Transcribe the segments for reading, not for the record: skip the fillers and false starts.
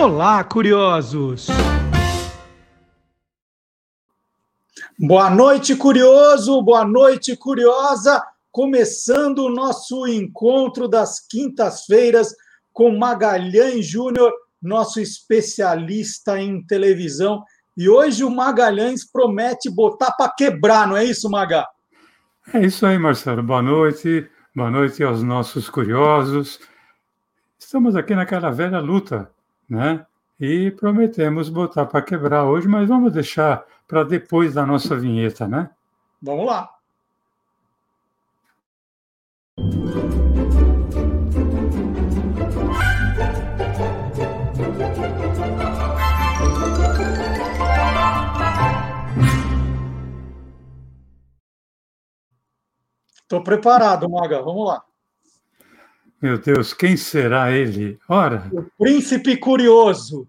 Olá, curiosos! Boa noite, curioso! Boa noite, curiosa! Começando o nosso encontro das quintas-feiras com Magalhães Júnior, nosso especialista em televisão. E hoje o Magalhães promete botar para quebrar, não é isso, Maga? É isso aí, Marcelo. Boa noite aos nossos curiosos. Estamos aqui naquela velha luta, né? E prometemos botar para quebrar hoje, mas vamos deixar para depois da nossa vinheta, né? Vamos lá. Estou preparado, Maga. Vamos lá. Meu Deus, quem será ele? Ora! O Príncipe Curioso.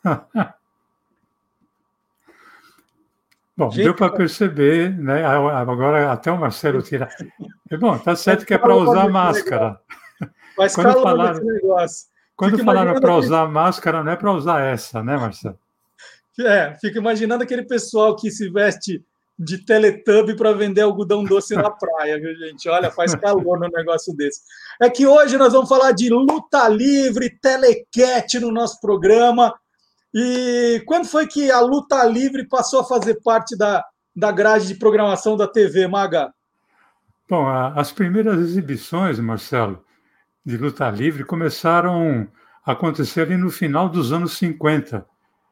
Bom, deu para perceber, né? Agora até o Marcelo tira. Bom, tá certo que é para usar máscara. Faz calor nesse negócio. Quando falaram para usar máscara, não é para usar essa, né, Marcelo? Fico imaginando aquele pessoal que se veste de Teletubby para vender algodão doce na praia, viu, gente? Olha, faz calor no negócio desse. É que hoje nós vamos falar de luta livre, telecat no nosso programa. E quando foi que a luta livre passou a fazer parte da grade de programação da TV, Maga? Bom, as primeiras exibições, Marcelo, de luta livre começaram a acontecer ali no final dos anos 50,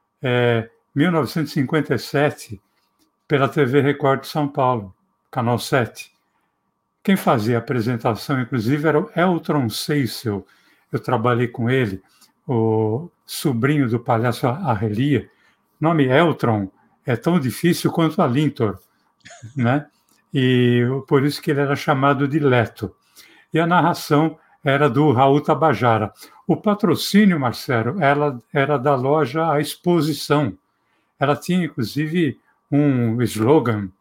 1957, pela TV Record de São Paulo, Canal 7. Quem fazia a apresentação, inclusive, era o Elton Seissel. Eu trabalhei com ele, o sobrinho do palhaço Arrelia. O nome Elton é tão difícil quanto a Lintor, né? E por isso que ele era chamado de Leto. E a narração era do Raul Tabajara. O patrocínio, Marcelo, era da loja A Exposição. Ela tinha, inclusive, um slogan: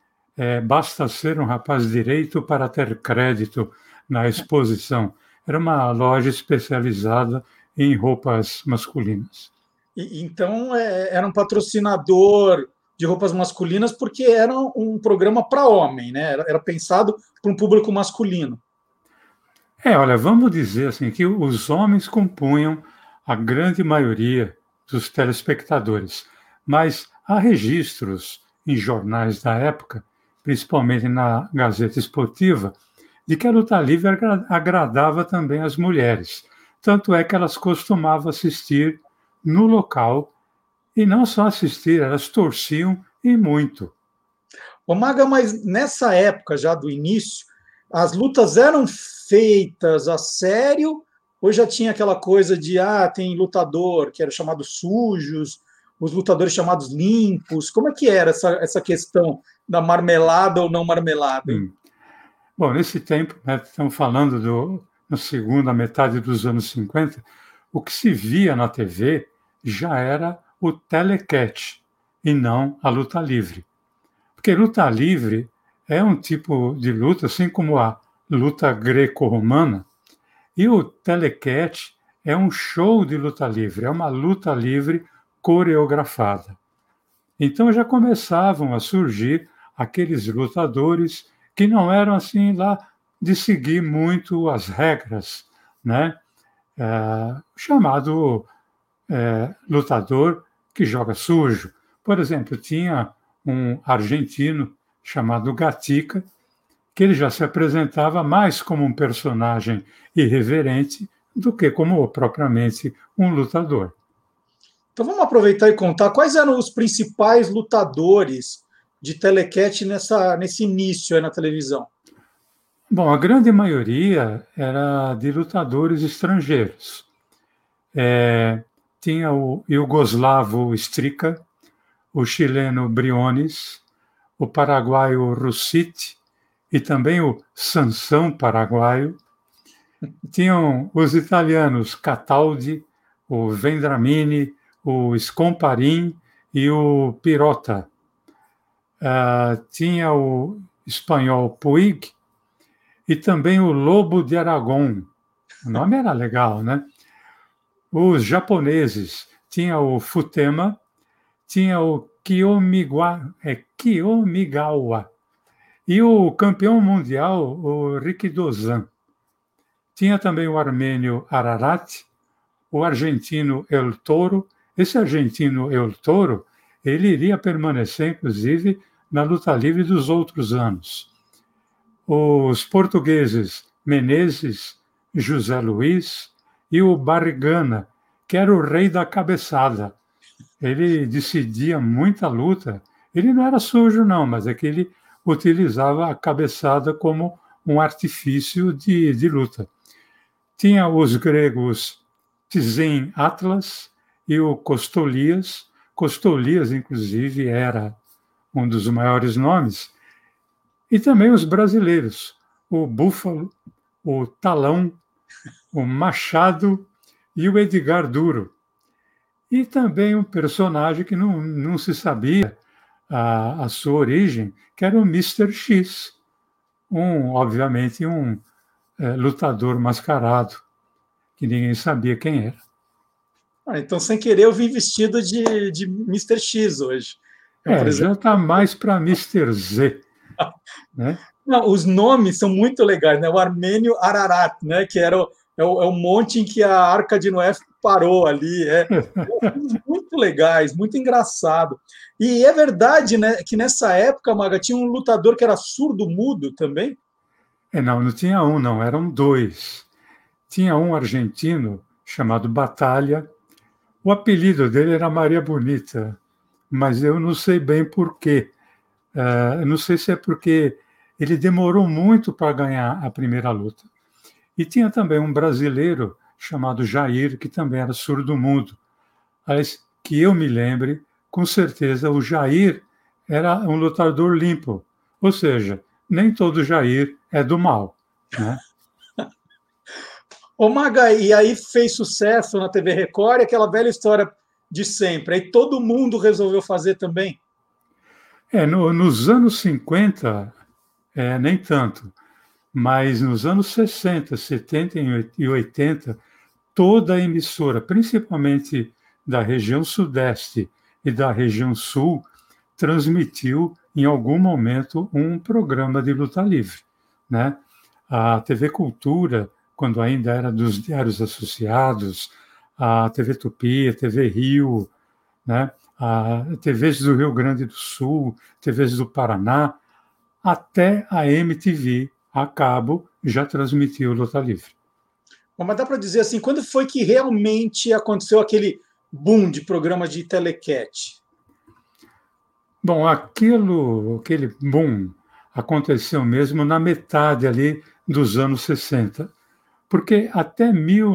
basta ser um rapaz direito para ter crédito na exposição. Era uma loja especializada em roupas masculinas. Então, era um patrocinador de roupas masculinas porque era um programa para homem, né? Era pensado para um público masculino. Olha, vamos dizer assim que os homens compunham a grande maioria dos telespectadores, mas há registros em jornais da época, principalmente na Gazeta Esportiva, de que a luta livre agradava também as mulheres. Tanto é que elas costumavam assistir no local, e não só assistir, elas torciam e muito. Ô Maga, mas nessa época já do início, as lutas eram feitas a sério ou já tinha aquela coisa de, tem lutador que era chamado sujos, os lutadores chamados limpos? Como é que era essa questão da marmelada ou não marmelada? Bom, nesse tempo, né, estamos falando na segunda metade dos anos 50, o que se via na TV já era o telecat e não a luta livre. Porque luta livre é um tipo de luta, assim como a luta greco-romana, e o telecat é um show de luta livre, é uma luta livre coreografada. Então já começavam a surgir aqueles lutadores que não eram assim lá de seguir muito as regras, né? Chamado lutador que joga sujo. Por exemplo, tinha um argentino chamado Gatica, que ele já se apresentava mais como um personagem irreverente do que como propriamente um lutador. Então vamos aproveitar e contar quais eram os principais lutadores de telecat nesse início aí na televisão. Bom, a grande maioria era de lutadores estrangeiros. Tinha o iugoslavo Strica, o chileno Briones, o paraguaio Russiti e também o Sansão paraguaio. Tinham os italianos Cataldi, o Vendramini, o Scomparin e o Pirota. Tinha o espanhol Puig e também o Lobo de Aragão. O nome era legal, né? Os japoneses tinha o Futema, tinha o Kiyomigawa e o campeão mundial, o Rikidozan. Tinha também o armênio Ararat, o argentino El Toro. Esse argentino El Toro, ele iria permanecer, inclusive, na luta livre dos outros anos. Os portugueses Menezes, José Luiz e o Barrigana, que era o rei da cabeçada. Ele decidia muita luta. Ele não era sujo, não, mas é que ele utilizava a cabeçada como um artifício de luta. Tinha os gregos Tizem Atlas e o Costolias. Costolias, inclusive, era um dos maiores nomes. E também os brasileiros, o Búfalo, o Talão, o Machado e o Edgar Duro. E também um personagem que não se sabia a sua origem, que era o Mr. X, obviamente um lutador mascarado, que ninguém sabia quem era. Então, sem querer, eu vim vestido de Mr. X hoje. Já está mais para Mr. Z. Né? Não, os nomes são muito legais, né? O armênio Ararat, né? Que era o monte em que a Arca de Noé parou ali. Muito legais, muito engraçado. E é verdade, né, que nessa época, Maga, tinha um lutador que era surdo-mudo também? Não tinha um, não, eram dois. Tinha um argentino chamado Batalha. O apelido dele era Maria Bonita, mas eu não sei bem por quê. Eu não sei se é porque ele demorou muito para ganhar a primeira luta. E tinha também um brasileiro chamado Jair, que também era surdo-mudo. Mas que eu me lembre, com certeza o Jair era um lutador limpo. Ou seja, nem todo Jair é do mal, né? Ô Maga, e aí fez sucesso na TV Record, aquela velha história de sempre. Aí todo mundo resolveu fazer também? Nos anos 50, nem tanto. Mas nos anos 60, 70 e 80, toda a emissora, principalmente da região sudeste e da região sul, transmitiu em algum momento um programa de luta livre, né? A TV Cultura, quando ainda era dos Diários Associados, a TV Tupi, a TV Rio, né? A TVs do Rio Grande do Sul, TVs do Paraná, até a MTV, a cabo, já transmitiu luta livre. Mas dá para dizer assim, quando foi que realmente aconteceu aquele boom de programas de telecat? Bom, aquele boom aconteceu mesmo na metade ali dos anos 60, porque até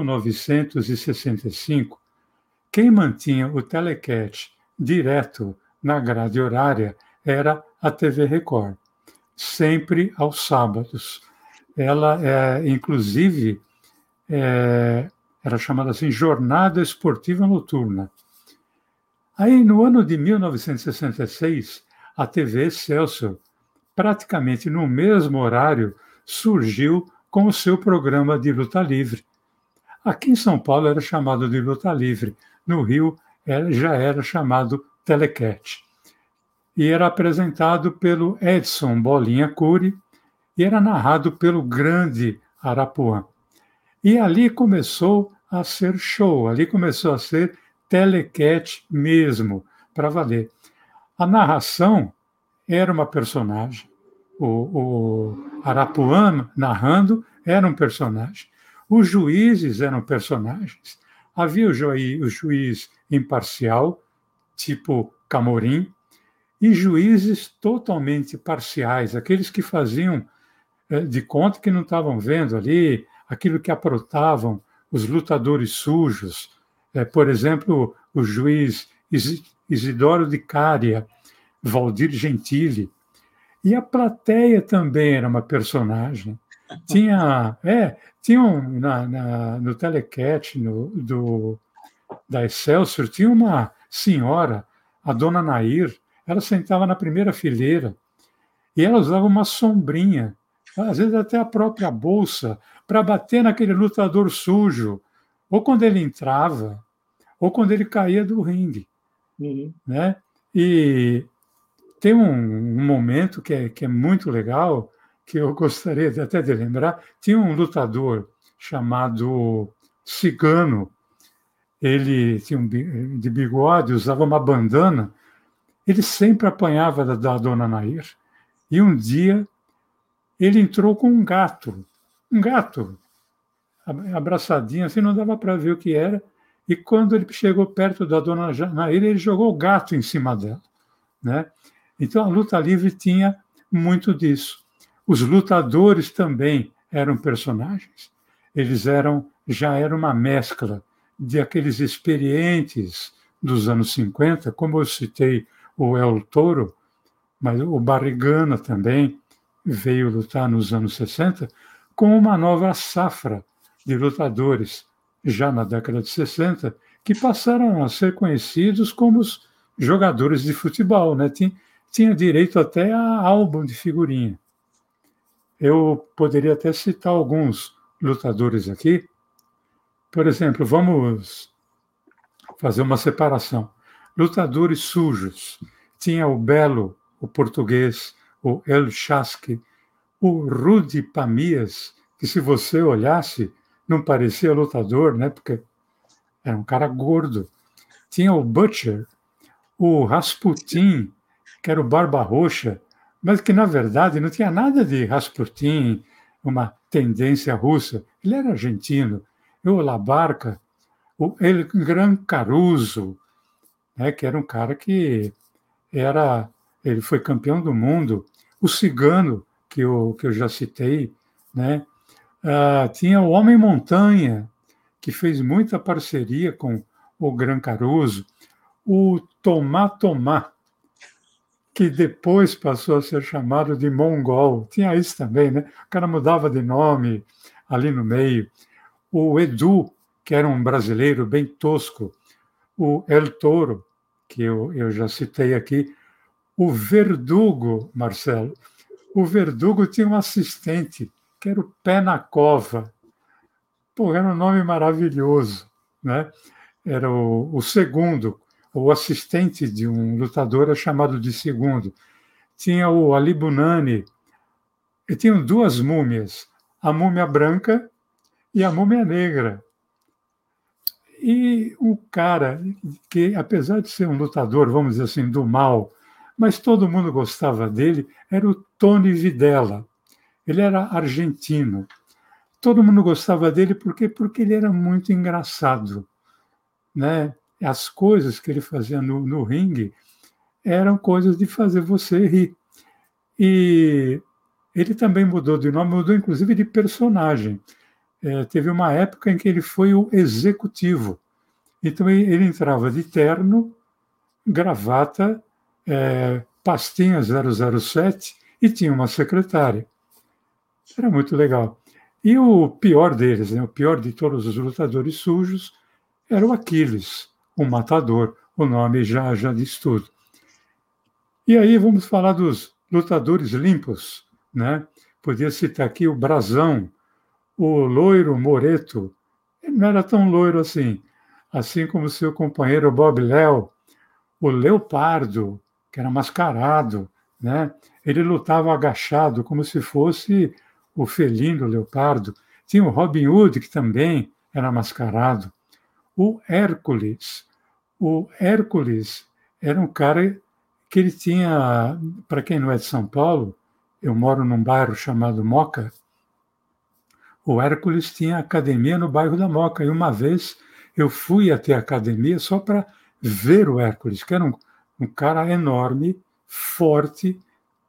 1965, quem mantinha o telecat direto na grade horária era a TV Record, sempre aos sábados. Ela, inclusive, era chamada assim Jornada Esportiva Noturna. Aí, no ano de 1966, a TV Excelsior, praticamente no mesmo horário, surgiu com o seu programa de luta livre. Aqui em São Paulo era chamado de luta livre, no Rio já era chamado telecat. E era apresentado pelo Edson Bolinha Cury e era narrado pelo grande Arapuã. E ali começou a ser show, ali começou a ser telecat mesmo, para valer. A narração era uma personagem. O Arapuã narrando era um personagem. Os juízes eram personagens. Havia o juiz imparcial, tipo Camorim, e juízes totalmente parciais, aqueles que faziam de conta que não estavam vendo ali aquilo que aprontavam os lutadores sujos. Por exemplo, o juiz Isidoro de Cária, Valdir Gentili. E a plateia também era uma personagem. Tinha no telecat da Excelsior, tinha uma senhora, a dona Nair, ela sentava na primeira fileira e ela usava uma sombrinha, às vezes até a própria bolsa, para bater naquele lutador sujo. Ou quando ele entrava, ou quando ele caía do ringue. Uhum. Né? E tem um momento que é muito legal, que eu gostaria até de lembrar. Tinha um lutador chamado Cigano, ele tinha de bigode, usava uma bandana, ele sempre apanhava da dona Nair. E um dia ele entrou com um gato, abraçadinho, assim, não dava para ver o que era. E quando ele chegou perto da dona Nair, ele jogou o gato em cima dela. Né? Então, a luta livre tinha muito disso. Os lutadores também eram personagens. Eles já era uma mescla de aqueles experientes dos anos 50, como eu citei o El Toro, mas o Barrigana também veio lutar nos anos 60, com uma nova safra de lutadores, já na década de 60, que passaram a ser conhecidos como os jogadores de futebol, né? Tinha direito até a álbum de figurinha. Eu poderia até citar alguns lutadores aqui. Por exemplo, vamos fazer uma separação. Lutadores sujos. Tinha o Belo, o português, o El Chasque, o Rudy Pamias, que se você olhasse, não parecia lutador, né? Porque era um cara gordo. Tinha o Butcher, o Rasputin, que era o Barba Roxa, mas que, na verdade, não tinha nada de Rasputin, uma tendência russa. Ele era argentino. E o Labarca, o El Gran Caruso, né, que era um cara que ele foi campeão do mundo. O Cigano, que eu já citei, né? Tinha o Homem Montanha, que fez muita parceria com o Gran Caruso. O Tomá Tomá, que depois passou a ser chamado de Mongol. Tinha isso também, né? O cara mudava de nome ali no meio. O Edu, que era um brasileiro bem tosco. O El Toro, que eu já citei aqui. O Verdugo, Marcelo. O Verdugo tinha um assistente, que era o Pé na Cova. Pô, era um nome maravilhoso, né? Era o segundo. O assistente de um lutador é chamado de segundo. Tinha o Ali Bunani, e tinham duas múmias, a múmia branca e a múmia negra. E um cara que, apesar de ser um lutador, vamos dizer assim, do mal, mas todo mundo gostava dele, era o Tony Videla. Ele era argentino. Todo mundo gostava dele porque ele era muito engraçado, né? As coisas que ele fazia no ringue eram coisas de fazer você rir. E ele também mudou de nome, mudou inclusive de personagem. Teve uma época em que ele foi o executivo. Então ele entrava de terno, gravata, pastinha 007 e tinha uma secretária. Era muito legal. E o pior deles, né, o pior de todos os lutadores sujos, era o Aquiles, o matador. O nome já diz tudo. E aí vamos falar dos lutadores limpos, né? Podia citar aqui o Brasão, o Loiro Moreto. Ele não era tão loiro assim como seu companheiro Bob Léo, o Leopardo, que era mascarado, né? Ele lutava agachado, como se fosse o felino Leopardo. Tinha o Robin Hood, que também era mascarado. O Hércules era um cara que ele tinha, para quem não é de São Paulo, eu moro num bairro chamado Moca, o Hércules tinha academia no bairro da Moca, e uma vez eu fui até a academia só para ver o Hércules, que era um cara enorme, forte,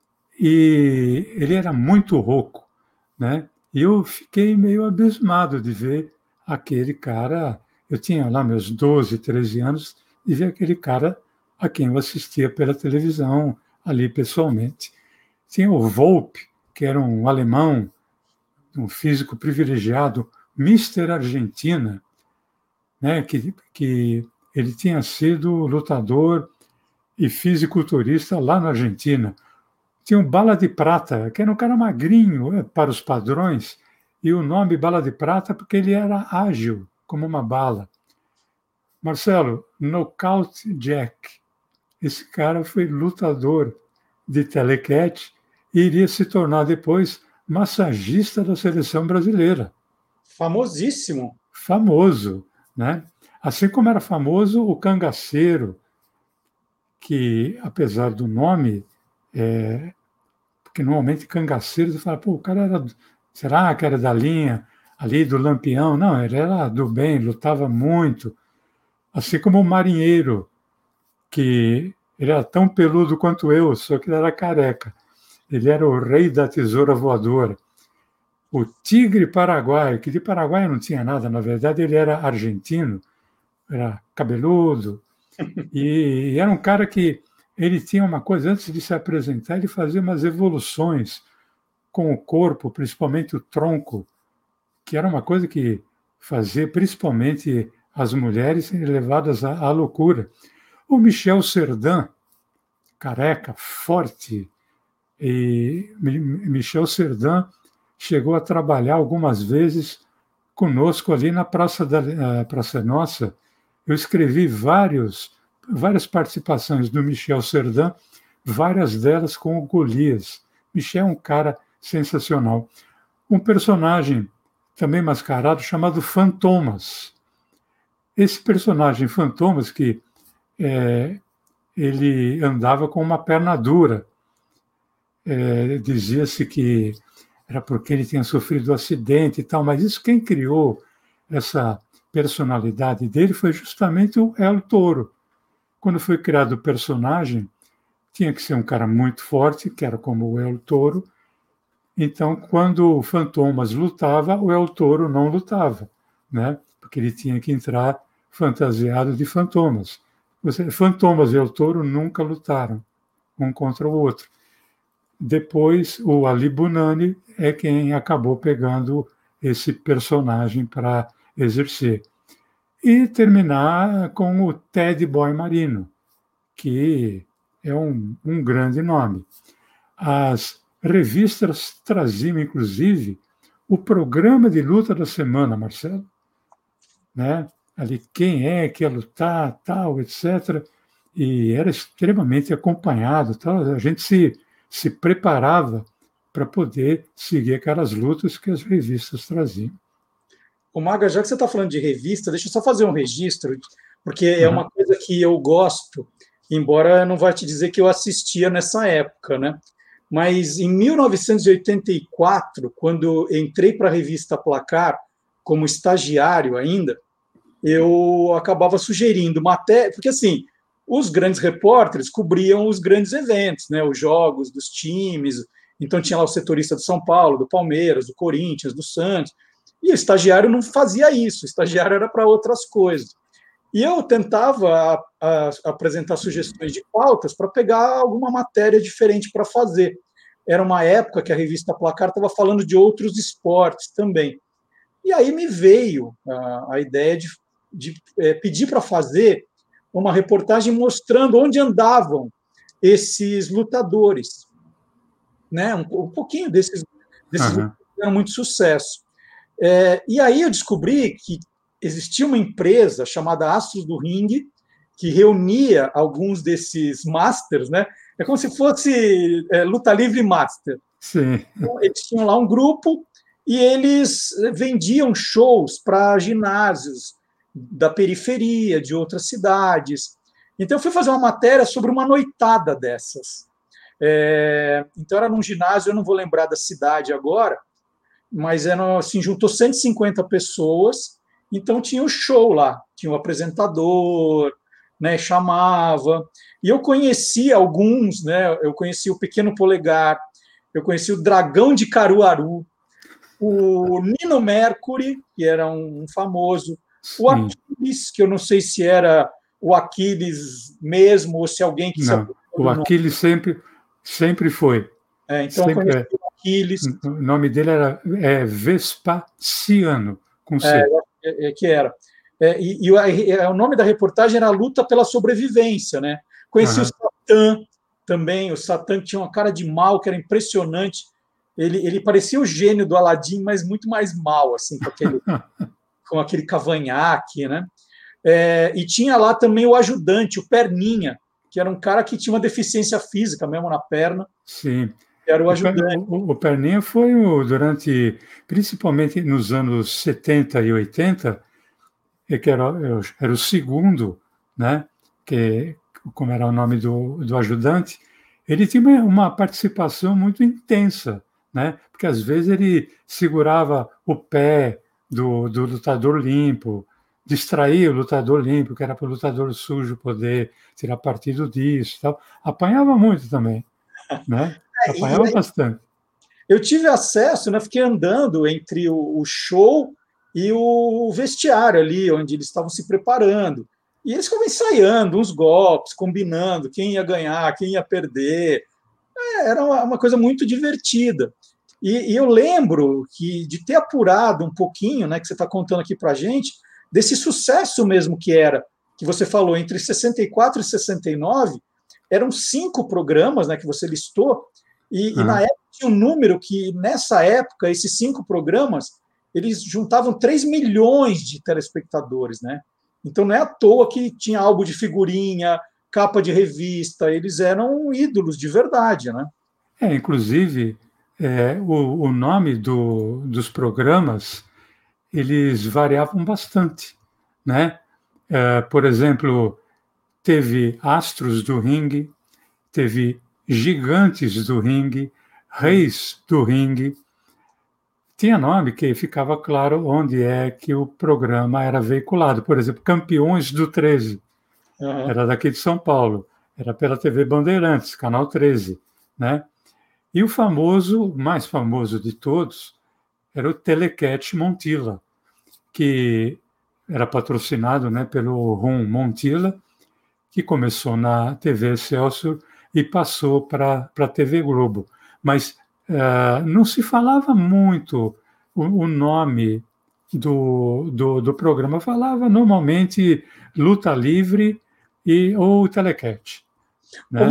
e ele era muito rouco, né? E eu fiquei meio abismado de ver aquele cara. Eu tinha lá meus 12, 13 anos, e ver aquele cara a quem eu assistia pela televisão, ali pessoalmente. Tinha o Volpe, que era um alemão, um físico privilegiado, Mister Argentina, né, que ele tinha sido lutador e fisiculturista lá na Argentina. Tinha um Bala de Prata, que era um cara magrinho para os padrões, e o nome Bala de Prata porque ele era ágil, como uma bala. Marcelo, Knockout Jack. Esse cara foi lutador de telequete e iria se tornar depois massagista da seleção brasileira. Famosíssimo. Famoso, né? Assim como era famoso o cangaceiro, que, apesar do nome, porque normalmente cangaceiro, você fala, pô, o cara era, será que era da linha ali do Lampião? Não, ele era do bem, lutava muito. Assim como o marinheiro, que ele era tão peludo quanto eu, só que ele era careca. Ele era o rei da tesoura voadora. O tigre paraguaio, que de Paraguai não tinha nada, na verdade ele era argentino, era cabeludo, e era um cara que ele tinha uma coisa, antes de se apresentar, ele fazia umas evoluções com o corpo, principalmente o tronco, que era uma coisa que fazia principalmente as mulheres serem levadas à loucura. O Michel Serdan, careca, forte, e Michel Serdan chegou a trabalhar algumas vezes conosco ali na Praça Nossa. Eu escrevi várias participações do Michel Serdan, várias delas com o Golias. Michel é um cara sensacional. Um personagem também mascarado chamado Fantomas. Esse personagem Fantomas, que ele andava com uma perna dura. Dizia-se que era porque ele tinha sofrido um acidente e tal, mas isso quem criou essa personalidade dele foi justamente o El Toro. Quando foi criado o personagem, tinha que ser um cara muito forte, que era como o El Toro. Então, quando o Fantomas lutava, o El Toro não lutava, né? Porque ele tinha que entrar fantasiado de Fantomas. Fantomas e El Toro nunca lutaram um contra o outro. Depois, o Ali Bunani é quem acabou pegando esse personagem para exercer. E terminar com o Ted Boy Marino, que é um grande nome. As revistas traziam, inclusive, o programa de luta da semana, Marcelo. Né? Ali, quem é que ia lutar, tal, etc. E era extremamente acompanhado. Tal. A gente se preparava para poder seguir aquelas lutas que as revistas traziam. Ô, Maga, já que você está falando de revista, deixa eu só fazer um registro, porque é uma coisa que eu gosto, embora eu não vá te dizer que eu assistia nessa época, né? Mas em 1984, quando entrei para a revista Placar, como estagiário ainda, eu acabava sugerindo matéria, porque assim, os grandes repórteres cobriam os grandes eventos, né? Os jogos dos times, então tinha lá o setorista do São Paulo, do Palmeiras, do Corinthians, do Santos, e o estagiário não fazia isso, o estagiário era para outras coisas. E eu tentava apresentar sugestões de pautas para pegar alguma matéria diferente para fazer. Era uma época que a revista Placar estava falando de outros esportes também. E aí me veio a ideia de pedir para fazer uma reportagem mostrando onde andavam esses lutadores. Né? Um pouquinho desses lutadores fizeram muito sucesso. E aí eu descobri que existia uma empresa chamada Astros do Ringue, que reunia alguns desses masters, né? É como se fosse luta livre master. Sim. Então, eles tinham lá um grupo e eles vendiam shows para ginásios da periferia, de outras cidades. Então eu fui fazer uma matéria sobre uma noitada dessas. Então era num ginásio, eu não vou lembrar da cidade agora, mas assim, juntou 150 pessoas, então tinha o show lá, tinha o apresentador, né, chamava, e eu conheci alguns, né, eu conheci o Pequeno Polegar, eu conheci o Dragão de Caruaru, o Nino Mercury, que era um famoso, o Aquiles, que eu não sei se era o Aquiles mesmo, ou se alguém que não, o Aquiles sempre foi. Então eu conheci o Aquiles. O nome dele era Vespasiano, com C. Que era. O nome da reportagem era Luta pela Sobrevivência, né? Conheci o Satã também, o Satã que tinha uma cara de mal, que era impressionante. Ele parecia o gênio do Aladim, mas muito mais mal, assim, com aquele cavanhaque, né? E tinha lá também o ajudante, o Perninha, que era um cara que tinha uma deficiência física mesmo na perna. Sim. Era o ajudante. O Perninha foi, principalmente nos anos 70 e 80, que era o segundo, né? Como era o nome do ajudante, ele tinha uma participação muito intensa, né? Porque às vezes ele segurava o pé do lutador limpo, distraía o lutador limpo, que era para o lutador sujo poder tirar partido disso, tal. Apanhava muito também, né? Apanhava bastante. Eu tive acesso, né? Fiquei andando entre o show e o vestiário ali, onde eles estavam se preparando. E eles ficavam ensaiando uns golpes, combinando quem ia ganhar, quem ia perder. Era uma coisa muito divertida. E eu lembro de ter apurado um pouquinho, né, que você está contando aqui para a gente, desse sucesso mesmo que você falou, entre 64 e 69, eram 5 programas, né, que você listou, e na época tinha um número que, nessa época, esses 5 programas, eles juntavam 3 milhões de telespectadores, né? Então não é à toa que tinha álbum de figurinha, capa de revista, eles eram ídolos de verdade, né? Inclusive, o nome dos programas, eles variavam bastante, né? Por exemplo, teve Astros do Ringue, teve Gigantes do Ringue, Reis do Ringue. Tinha nome que ficava claro onde é que o programa era veiculado. Por exemplo, Campeões do 13, era daqui de São Paulo, era pela TV Bandeirantes, Canal 13, né? E o mais famoso de todos, era o Telecat Montilla, que era patrocinado, né, pelo Rum Montilla, que começou na TV Excelsior e passou para a TV Globo. Mas não se falava muito o nome do programa, falava normalmente Luta Livre ou Telecat. Né?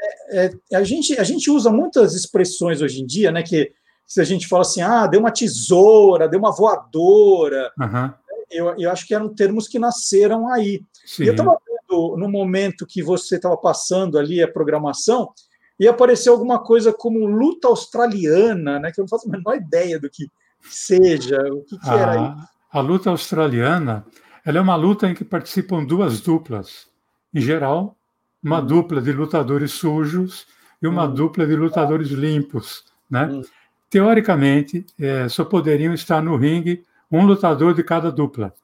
A gente usa muitas expressões hoje em dia, né, que se a gente fala assim, deu uma tesoura, deu uma voadora, eu acho que eram termos que nasceram aí. Sim. E eu estava vendo, no momento que você estava passando ali a programação, e apareceu alguma coisa como luta australiana, né, que eu não faço a menor ideia do que seja, o que era isso. A luta australiana, ela é uma luta em que participam 2 duplas. Em geral, uma dupla de lutadores sujos e uma dupla de lutadores limpos, né? Teoricamente, só poderiam estar no ringue um lutador de cada dupla.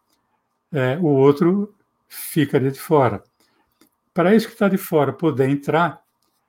O outro fica de fora. Para esse que está de fora poder entrar,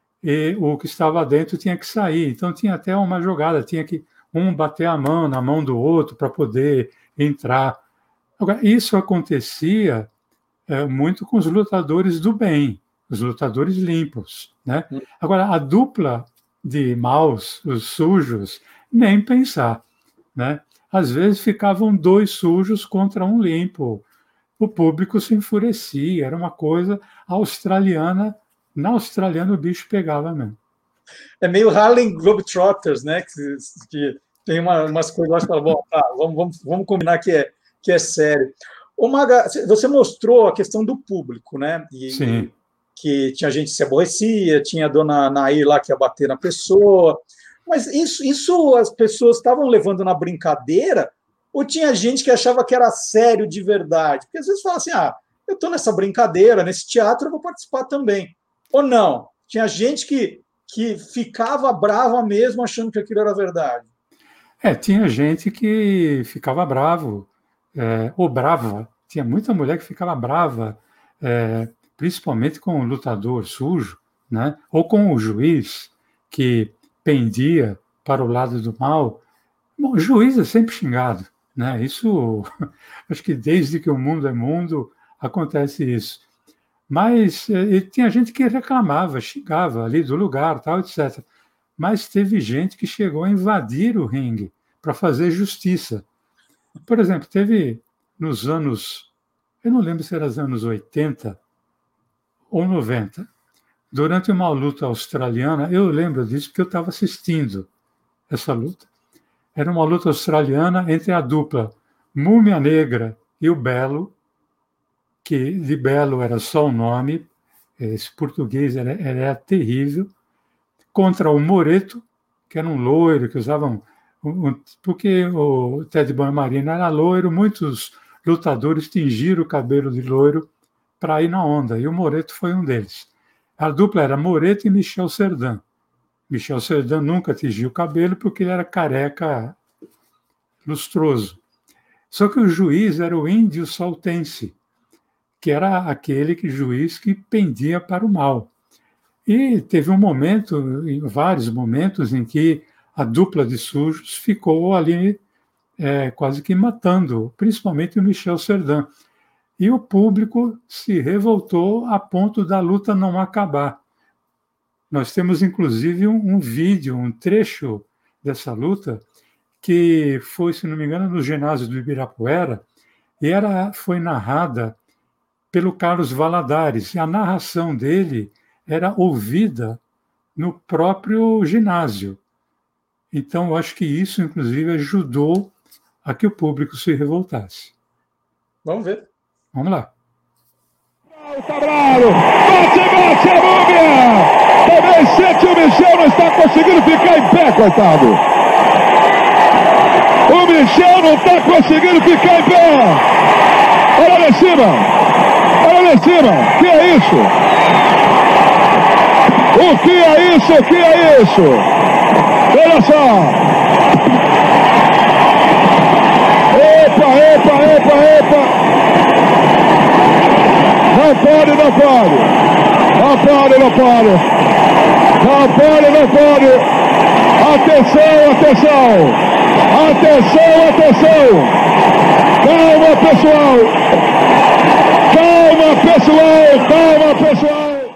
o que estava dentro tinha que sair. Então tinha até uma jogada, tinha que um bater a mão na mão do outro para poder entrar. Agora, isso acontecia muito com os lutadores do bem, os lutadores limpos, né? Agora, a dupla de maus, os sujos, nem pensar, né? Às vezes ficavam 2 sujos contra um limpo. O público se enfurecia, era uma coisa australiana. Na australiana o bicho pegava mesmo. É meio Harlem Globetrotters, né? Que tem umas coisas lá que falam, bom, tá, vamos combinar que é sério. Ô, Maga, você mostrou a questão do público, né? Sim. Que tinha gente que se aborrecia, tinha a dona Nair lá que ia bater na pessoa. Mas isso as pessoas estavam levando na brincadeira ou tinha gente que achava que era sério de verdade? Porque às vezes fala assim, eu estou nessa brincadeira, nesse teatro, eu vou participar também. Ou não? Tinha gente que ficava brava mesmo achando que aquilo era verdade. Tinha gente que ficava bravo, ou brava. Tinha muita mulher que ficava brava, principalmente com o lutador sujo, né? Ou com o juiz que pendia para o lado do mal. Bom, o juiz é sempre xingado, né? Isso, acho que desde que o mundo é mundo, acontece isso. Mas tinha gente que reclamava, xingava ali do lugar, tal, etc. Mas teve gente que chegou a invadir o ringue para fazer justiça. Por exemplo, teve nos anos, eu não lembro se era os anos 80 ou 90, durante uma luta australiana, eu lembro disso porque eu estava assistindo essa luta. Era uma luta australiana entre a dupla Múmia Negra e o Belo, que Libelo era só o nome, esse português era terrível, contra o Moreto, que era um loiro, que usavam... porque o Ted Boy-Marino era loiro, muitos lutadores tingiram o cabelo de loiro para ir na onda, e o Moreto foi um deles. A dupla era Moreto e Michel Serdan. Michel Serdan nunca tingiu o cabelo porque ele era careca lustroso. Só que o juiz era o índio saltense, que era aquele juiz que pendia para o mal. E teve um momento, vários momentos, em que a dupla de sujos ficou ali quase que matando, principalmente o Michel Serdan. E o público se revoltou a ponto da luta não acabar. Nós temos, inclusive, um vídeo, um trecho dessa luta, que foi, se não me engano, no ginásio do Ibirapuera, e foi narrada pelo Carlos Valadares. E a narração dele era ouvida no próprio ginásio. Então, eu acho que isso, inclusive, ajudou a que o público se revoltasse. Vamos ver. Vamos lá. Cabral, bate, a Múmia! Também sente o Michel, não está conseguindo ficar em pé, coitado. O Michel não está conseguindo ficar em pé. Olha lá em cima. Olha lá em cima. Que é isso? O que é isso? O que é isso? Olha só. Epa. Não pode. Atenção. Calma, pessoal.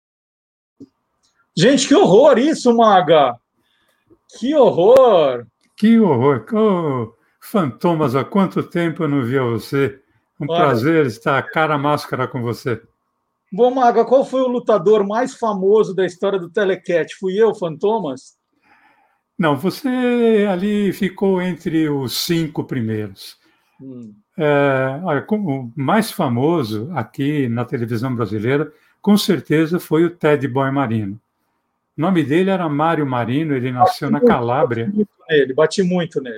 Gente, que horror isso, Maga. Que horror. Oh, Fantomas, há quanto tempo eu não via você? Prazer estar cara a máscara com você. Bom, Maga, qual foi o lutador mais famoso da história do Telecat? Fui eu, Fantomas? Não, você ali ficou entre os 5 primeiros. Olha, o mais famoso aqui na televisão brasileira, com certeza, foi o Ted Boy-Marino. O nome dele era Mário Marino, ele nasceu na Calábria. Bati muito nele.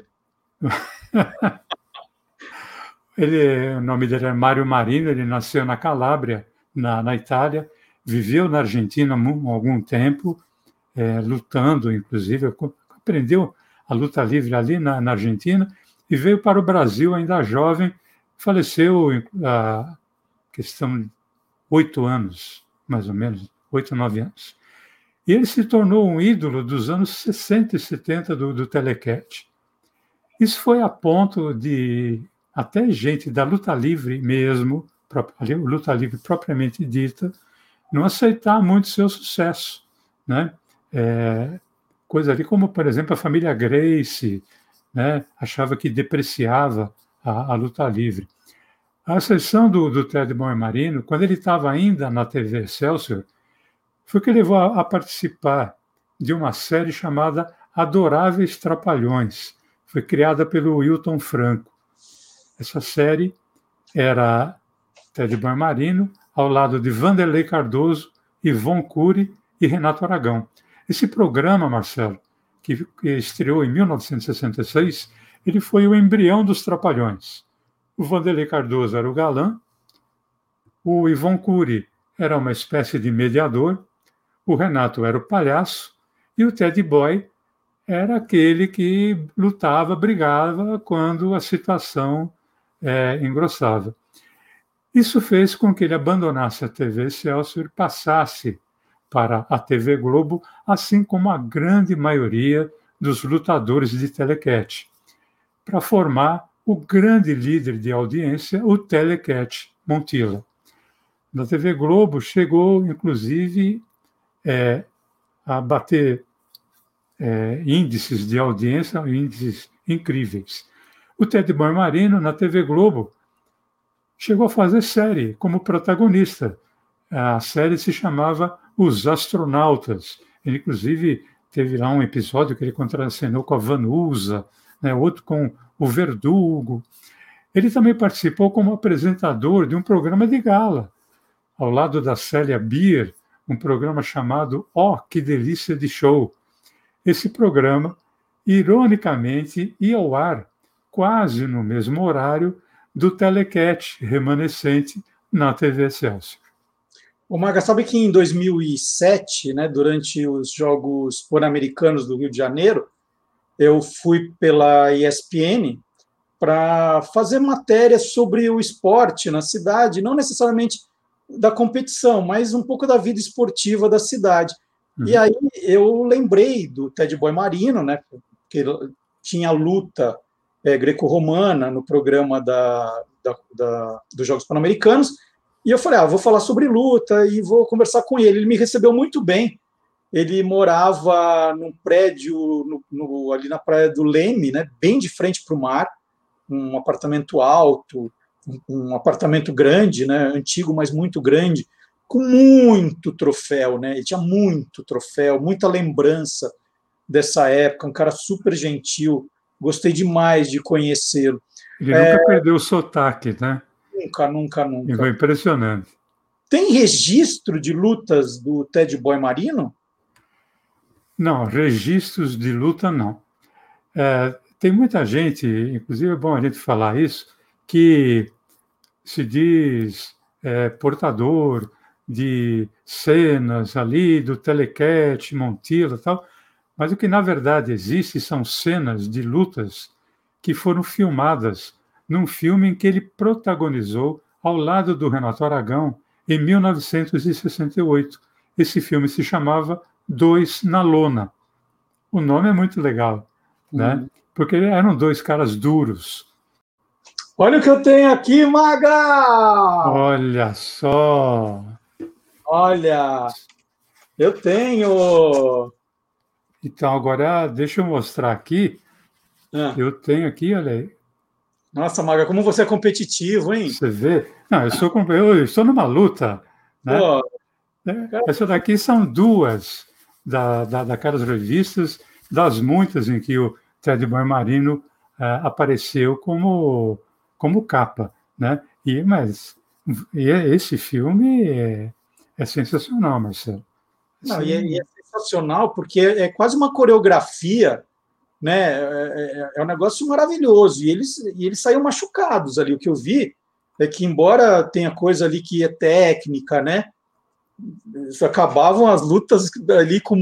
O nome dele é Mário Marino, ele nasceu na Calábria, na Itália, viveu na Argentina há algum tempo, lutando, inclusive, aprendeu a luta livre ali na Argentina e veio para o Brasil ainda jovem, faleceu a questão de 8 anos, mais ou menos, 8, 9 anos. E ele se tornou um ídolo dos anos 60 e 70 do Telecat. Isso foi a ponto de até gente da luta livre mesmo, luta livre propriamente dita, não aceitar muito seu sucesso, né? Coisa ali como, por exemplo, a família Gracie, né? Achava que depreciava a luta livre. A exceção do Ted Boy-Marino, quando ele estava ainda na TV Excelsior, foi que levou a participar de uma série chamada Adoráveis Trapalhões. Foi criada pelo Wilton Franco. Essa série era Ted Boy-Marino, ao lado de Vanderlei Cardoso, Yvonne Cury e Renato Aragão. Esse programa, Marcelo, que estreou em 1966, ele foi o embrião dos Trapalhões. O Vanderlei Cardoso era o galã, o Yvonne Cury era uma espécie de mediador, o Renato era o palhaço e o Ted Boy era aquele que lutava, brigava quando a situação engrossava. Isso fez com que ele abandonasse a TV Excelsior e passasse para a TV Globo, assim como a grande maioria dos lutadores de Telecat, para formar o grande líder de audiência, o Telecat Montilla. Na TV Globo chegou, inclusive, a bater índices de audiência, índices incríveis. O Ted Boy-Marino, na TV Globo, chegou a fazer série como protagonista. A série se chamava Os Astronautas. Ele, inclusive, teve lá um episódio que ele contracenou com a Vanusa, né, outro com o Verdugo. Ele também participou como apresentador de um programa de gala, ao lado da Célia Bier, um programa chamado Oh, que delícia de show. Esse programa, ironicamente, ia ao ar quase no mesmo horário do telecat remanescente na TV Excelsior. O Maga, sabe que em 2007, né, durante os Jogos Pan-Americanos do Rio de Janeiro, eu fui pela ESPN para fazer matérias sobre o esporte na cidade, não necessariamente da competição, mas um pouco da vida esportiva da cidade. E aí eu lembrei do Ted Boy Marino, né, que tinha luta greco-romana no programa dos Jogos Pan-Americanos, e eu falei, vou falar sobre luta e vou conversar com ele. Ele me recebeu muito bem. Ele morava num prédio ali na Praia do Leme, né, bem de frente para o mar, um apartamento alto, um apartamento grande, né, antigo, mas muito grande, com muito troféu, né? Ele tinha muito troféu, muita lembrança dessa época, um cara super gentil, gostei demais de conhecê-lo. Ele nunca perdeu o sotaque, né? Nunca. E foi impressionante. Tem registro de lutas do Ted Boy Marino? Não, registros de luta não. Tem muita gente, inclusive é bom a gente falar isso, que se diz portador de cenas ali do telecat, Montilla e tal, mas o que na verdade existe são cenas de lutas que foram filmadas num filme em que ele protagonizou ao lado do Renato Aragão em 1968. Esse filme se chamava Dois na Lona. O nome é muito legal, né? Porque eram dois caras duros. Olha o que eu tenho aqui, Maga! Olha só! Olha, eu tenho. Então, agora, deixa eu mostrar aqui. Eu tenho aqui, olha aí. Nossa, Maga, como você é competitivo, hein? Você vê? Não, eu estou numa luta, né? Essa daqui são duas daquelas revistas, das muitas em que o Ted Boy Marino apareceu como capa, né? Mas esse filme é sensacional, Marcelo. Não, e é sensacional porque é quase uma coreografia, né? É um negócio maravilhoso. E eles saíram machucados ali. O que eu vi é que, embora tenha coisa ali que é técnica, né? Acabavam as lutas ali com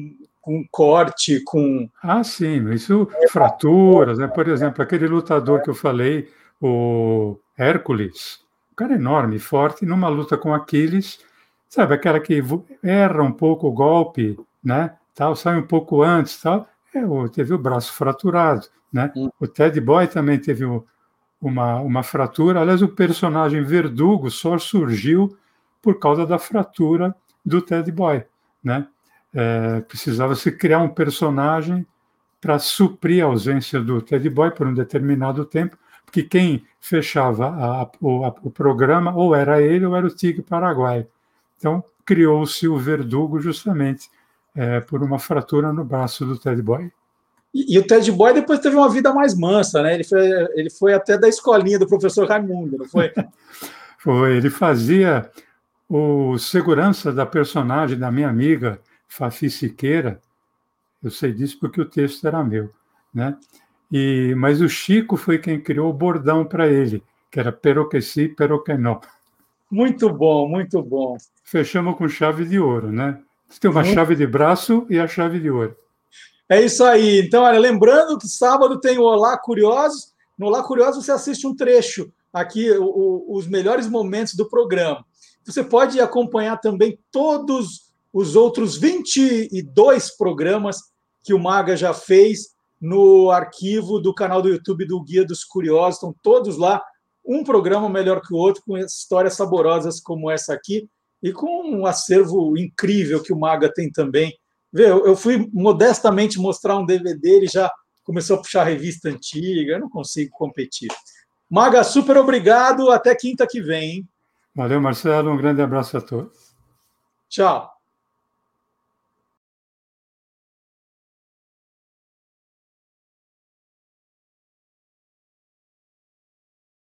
corte, com... sim, isso, fraturas, né? Por exemplo, aquele lutador que eu falei, o Hércules, um cara enorme, forte, numa luta com Aquiles, sabe, aquela que erra um pouco o golpe, né? Tal, sai um pouco antes, tal, teve o braço fraturado, né? O Ted Boy também teve uma fratura. Aliás, o personagem Verdugo só surgiu por causa da fratura do Ted Boy, né? Precisava se criar um personagem para suprir a ausência do Ted Boy por um determinado tempo, porque quem fechava o programa ou era ele ou era o Tigre Paraguai. Então, criou-se o Verdugo justamente por uma fratura no braço do Ted Boy. E o Ted Boy depois teve uma vida mais mansa, né? Ele foi até da escolinha do professor Raimundo, não foi? Foi, ele fazia o segurança da personagem da minha amiga Fafi Siqueira. Eu sei disso porque o texto era meu, né? Mas o Chico foi quem criou o bordão para ele, que era pero que sí, pero que no. Muito bom, muito bom. Fechamos com chave de ouro, né? Você tem uma chave de braço e a chave de ouro. É isso aí. Então, olha, lembrando que sábado tem o Olá Curiosos. No Olá Curiosos você assiste um trecho aqui, os melhores momentos do programa. Você pode acompanhar também todos os outros 22 programas que o Maga já fez no arquivo do canal do YouTube do Guia dos Curiosos. Estão todos lá, um programa melhor que o outro, com histórias saborosas como essa aqui, e com um acervo incrível que o Maga tem também. Vê, eu fui modestamente mostrar um DVD, ele já começou a puxar revista antiga, eu não consigo competir. Maga, super obrigado, até quinta que vem, hein? Valeu, Marcelo, um grande abraço a todos. Tchau.